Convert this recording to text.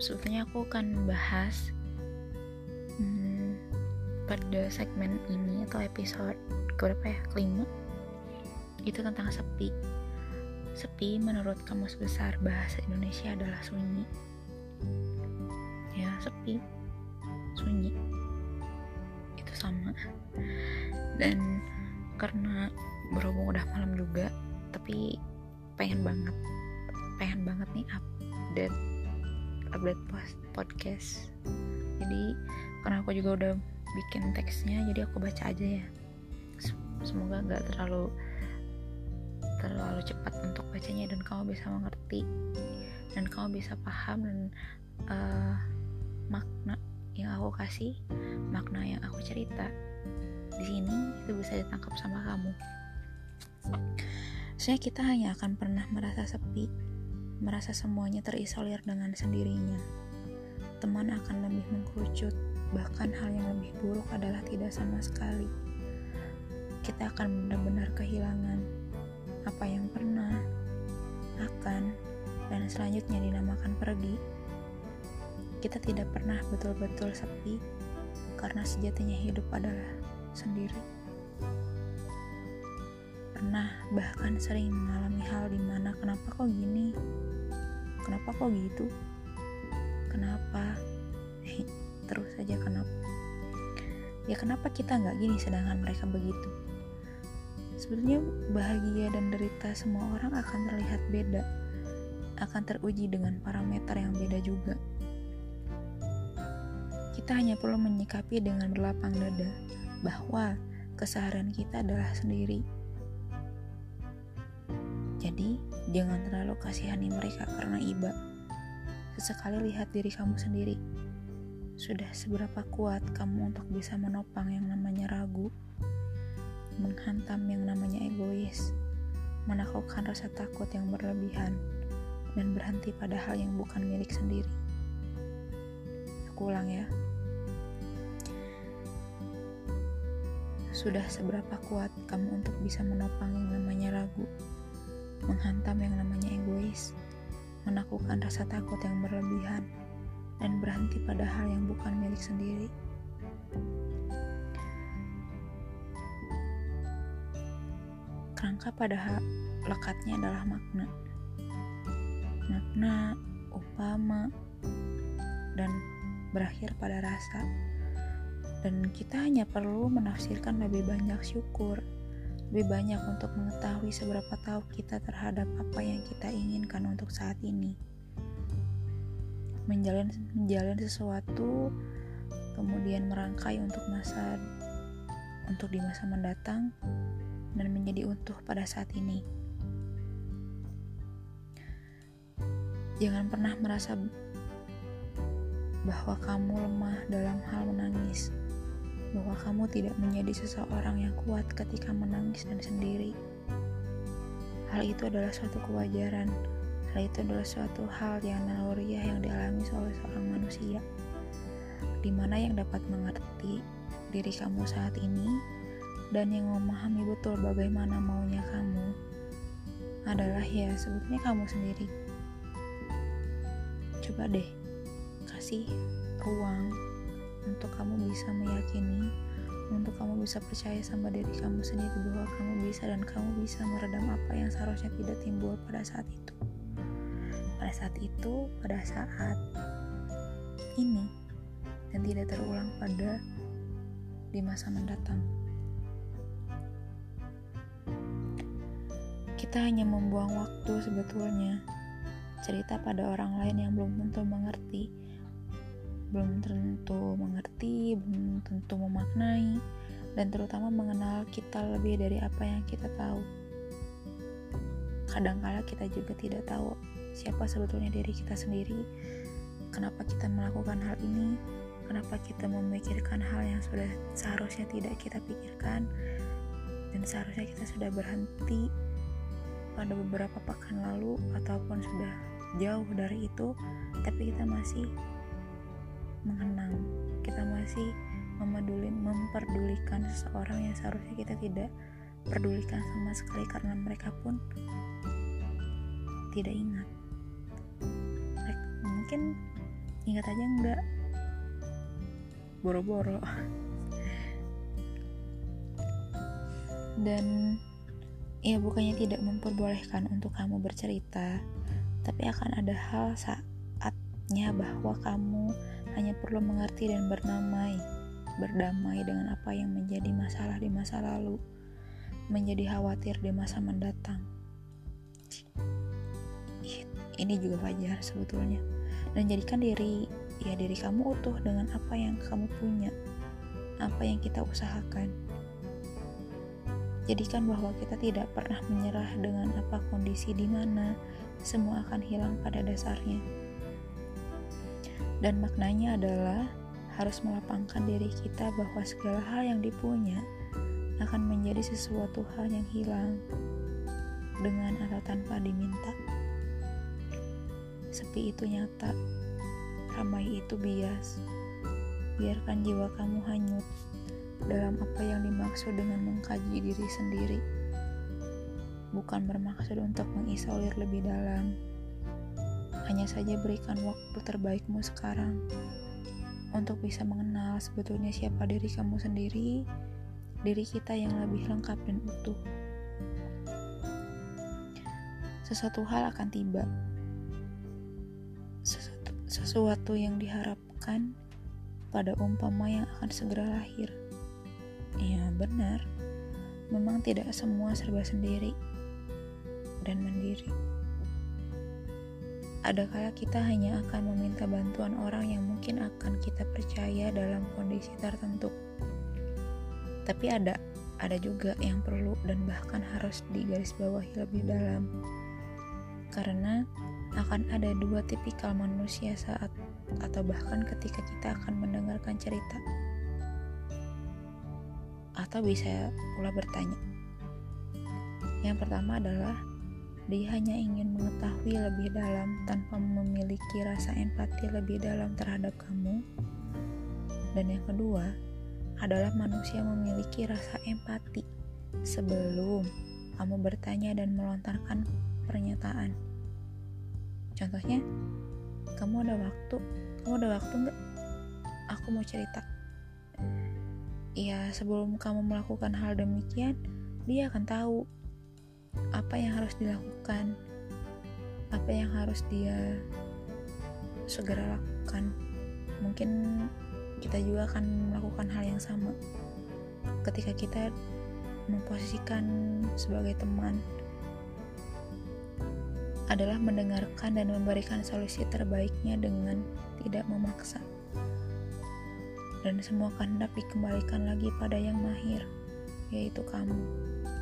Sebetulnya aku akan bahas pada segmen ini atau episode kelima itu tentang sepi. Sepi menurut Kamus Besar Bahasa Indonesia adalah sunyi. Ya, sepi, sunyi itu sama. Dan karena berhubung udah malam juga, tapi pengen banget nih update podcast. Jadi karena aku juga udah bikin teksnya, jadi aku baca aja ya. Semoga nggak terlalu cepat untuk bacanya dan kamu bisa mengerti dan kamu bisa paham dan makna yang aku kasih, makna yang aku cerita di sini itu bisa ditangkap sama kamu. Soalnya kita hanya akan pernah merasa sepi, merasa semuanya terisolir dengan sendirinya. Teman akan lebih mengkerucut, bahkan hal yang lebih buruk adalah tidak sama sekali. Kita akan benar-benar kehilangan apa yang pernah, akan, dan selanjutnya dinamakan pergi. Kita tidak pernah betul-betul sepi, karena sejatinya hidup adalah sendiri. Pernah bahkan sering mengalami hal dimana kenapa kok gini? Kenapa kok gitu? Kenapa? Terus saja kenapa? Ya kenapa kita gak gini sedangkan mereka begitu? Sebetulnya bahagia dan derita semua orang akan terlihat beda, akan teruji dengan parameter yang beda juga. Kita hanya perlu menyikapi dengan berlapang dada bahwa keseharian kita adalah sendiri. Jadi, jangan terlalu kasihani mereka karena iba. Sesekali lihat diri kamu sendiri. Sudah seberapa kuat kamu untuk bisa menopang yang namanya ragu, menghantam yang namanya egois, menaklukkan rasa takut yang berlebihan, dan berhenti pada hal yang bukan milik sendiri. Aku ulang ya. Sudah seberapa kuat kamu untuk bisa menopang yang namanya ragu, menghantam yang namanya egois, menaklukkan rasa takut yang berlebihan, dan berhenti pada hal yang bukan milik sendiri. Kerangka pada lekatnya adalah makna, upama, dan berakhir pada rasa. Dan kita hanya perlu menafsirkan lebih banyak syukur, lebih banyak untuk mengetahui seberapa tahu kita terhadap apa yang kita inginkan untuk saat ini. Menjalin sesuatu, kemudian merangkai untuk di masa mendatang, dan menjadi utuh pada saat ini. Jangan pernah merasa bahwa kamu lemah dalam hal menangis, bahwa kamu tidak menjadi seseorang yang kuat ketika menangis dan sendiri. Hal itu adalah suatu kewajaran, hal itu adalah suatu hal yang naluriah yang dialami oleh seorang manusia, di mana yang dapat mengerti diri kamu saat ini dan yang memahami betul bagaimana maunya kamu adalah ya sebetulnya kamu sendiri. Coba deh kasih ruang untuk kamu bisa meyakini, untuk kamu bisa percaya sama diri kamu sendiri bahwa kamu bisa dan kamu bisa meredam apa yang seharusnya tidak timbul pada saat itu. Pada saat ini, dan tidak terulang di masa mendatang. Kita hanya membuang waktu sebetulnya, cerita pada orang lain yang belum tentu mengerti, belum tentu memaknai, dan terutama mengenal kita lebih dari apa yang kita tahu. Kadangkala kita juga tidak tahu siapa sebetulnya diri kita sendiri, kenapa kita melakukan hal ini, kenapa kita memikirkan hal yang sudah seharusnya tidak kita pikirkan, dan seharusnya kita sudah berhenti pada beberapa pekan lalu ataupun sudah jauh dari itu, tapi kita masih mengenang, kita masih memperdulikan seseorang yang seharusnya kita tidak pedulikan sama sekali karena mereka pun tidak ingat. Mungkin Ingat aja enggak, boro-boro. Dan ya bukannya tidak memperbolehkan untuk kamu bercerita, tapi akan ada hal saatnya bahwa kamu hanya perlu mengerti dan berdamai dengan apa yang menjadi masalah di masa lalu, menjadi khawatir di masa mendatang. Ini juga wajar sebetulnya. Dan jadikan diri kamu utuh dengan apa yang kamu punya, apa yang kita usahakan. Jadikan bahwa kita tidak pernah menyerah dengan apa kondisi di mana semua akan hilang pada dasarnya. Dan maknanya adalah harus melapangkan diri kita bahwa segala hal yang dipunya akan menjadi sesuatu hal yang hilang dengan atau tanpa diminta. Sepi itu nyata, ramai itu bias. Biarkan jiwa kamu hanyut dalam apa yang dimaksud dengan mengkaji diri sendiri. Bukan bermaksud untuk mengisolir lebih dalam. Hanya saja berikan waktu terbaikmu sekarang untuk bisa mengenal sebetulnya siapa diri kamu sendiri, diri kita yang lebih lengkap dan utuh. Sesuatu hal akan tiba. Sesuatu yang diharapkan pada umpama yang akan segera lahir. Ya benar, memang tidak semua serba sendiri dan mandiri. Ada kala kita hanya akan meminta bantuan orang yang mungkin akan kita percaya dalam kondisi tertentu. Tapi ada juga yang perlu dan bahkan harus digarisbawahi lebih dalam. Karena akan ada dua tipikal manusia saat atau bahkan ketika kita akan mendengarkan cerita. Atau bisa pula bertanya. Yang pertama adalah dia hanya ingin mengetahui lebih dalam tanpa memiliki rasa empati lebih dalam terhadap kamu. Dan yang kedua adalah manusia memiliki rasa empati sebelum kamu bertanya dan melontarkan pernyataan. Contohnya, kamu ada waktu nggak? Aku mau cerita. Ya, sebelum kamu melakukan hal demikian, dia akan tahu apa yang harus dilakukan, apa yang harus dia segera lakukan. Mungkin kita juga akan melakukan hal yang sama ketika kita memposisikan sebagai teman, adalah mendengarkan dan memberikan solusi terbaiknya dengan tidak memaksa. Dan semua kehendak dikembalikan lagi pada yang mahir, yaitu kamu.